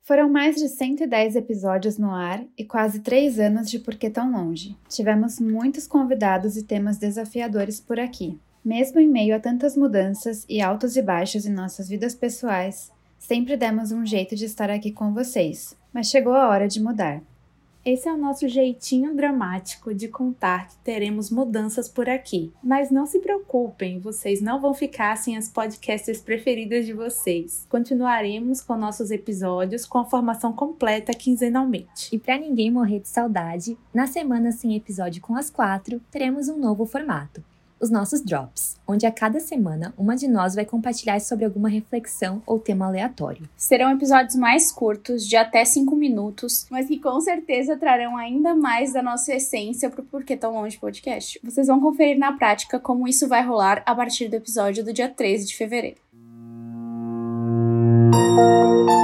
Foram mais de 110 episódios no ar e quase 3 anos de Por que Tão Longe. Tivemos muitos convidados e temas desafiadores por aqui. Mesmo em meio a tantas mudanças e altos e baixos em nossas vidas pessoais, sempre demos um jeito de estar aqui com vocês, mas chegou a hora de mudar. Esse é o nosso jeitinho dramático de contar que teremos mudanças por aqui. Mas não se preocupem, vocês não vão ficar sem as podcasters preferidas de vocês. Continuaremos com nossos episódios com a formação completa quinzenalmente. E para ninguém morrer de saudade, na semana sem episódio com as 4, teremos um novo formato. Os nossos Drops, onde a cada semana uma de nós vai compartilhar sobre alguma reflexão ou tema aleatório. Serão episódios mais curtos, de até 5 minutos, mas que com certeza trarão ainda mais da nossa essência pro Por que Tão Longe podcast. Vocês vão conferir na prática como isso vai rolar a partir do episódio do dia 13 de fevereiro.